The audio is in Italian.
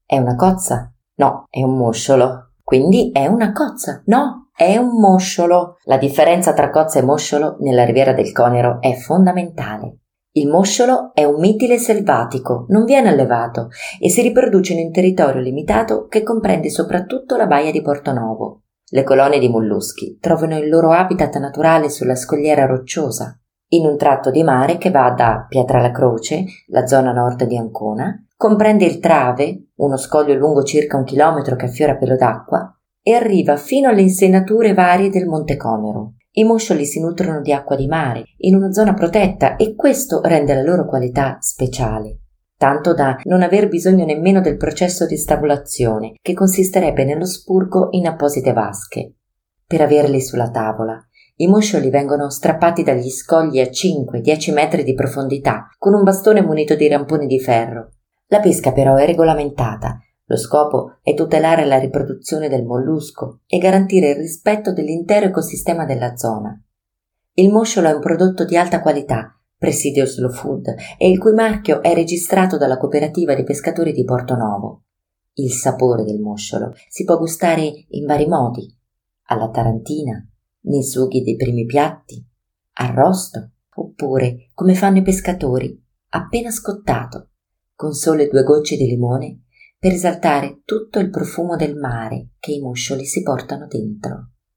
È una cozza? No, è un mosciolo. Quindi è una cozza? No, è un mosciolo. La differenza tra cozza e mosciolo nella Riviera del Conero è fondamentale. Il mosciolo è un mitile selvatico, non viene allevato e si riproduce in un territorio limitato che comprende soprattutto la baia di Portonovo. Le colonie di molluschi trovano il loro habitat naturale sulla scogliera rocciosa, in un tratto di mare che va da Pietralacroce, la zona nord di Ancona, comprende il Trave, uno scoglio lungo circa 1 chilometro che affiora pelo d'acqua, e arriva fino alle insenature varie del Monte Conero. I moscioli si nutrono di acqua di mare, in una zona protetta, e questo rende la loro qualità speciale, tanto da non aver bisogno nemmeno del processo di stabulazione, che consisterebbe nello spurgo in apposite vasche. Per averli sulla tavola, i moscioli vengono strappati dagli scogli a 5-10 metri di profondità, con un bastone munito di ramponi di ferro. La pesca però è regolamentata. Lo scopo è tutelare la riproduzione del mollusco e garantire il rispetto dell'intero ecosistema della zona. Il mosciolo è un prodotto di alta qualità, Presidio Slow Food, e il cui marchio è registrato dalla cooperativa di pescatori di Portonovo. Il sapore del mosciolo si può gustare in vari modi: alla tarantina, nei sughi dei primi piatti, arrosto, oppure, come fanno i pescatori, appena scottato, con sole 2 gocce di limone per esaltare tutto il profumo del mare che i moscioli si portano dentro.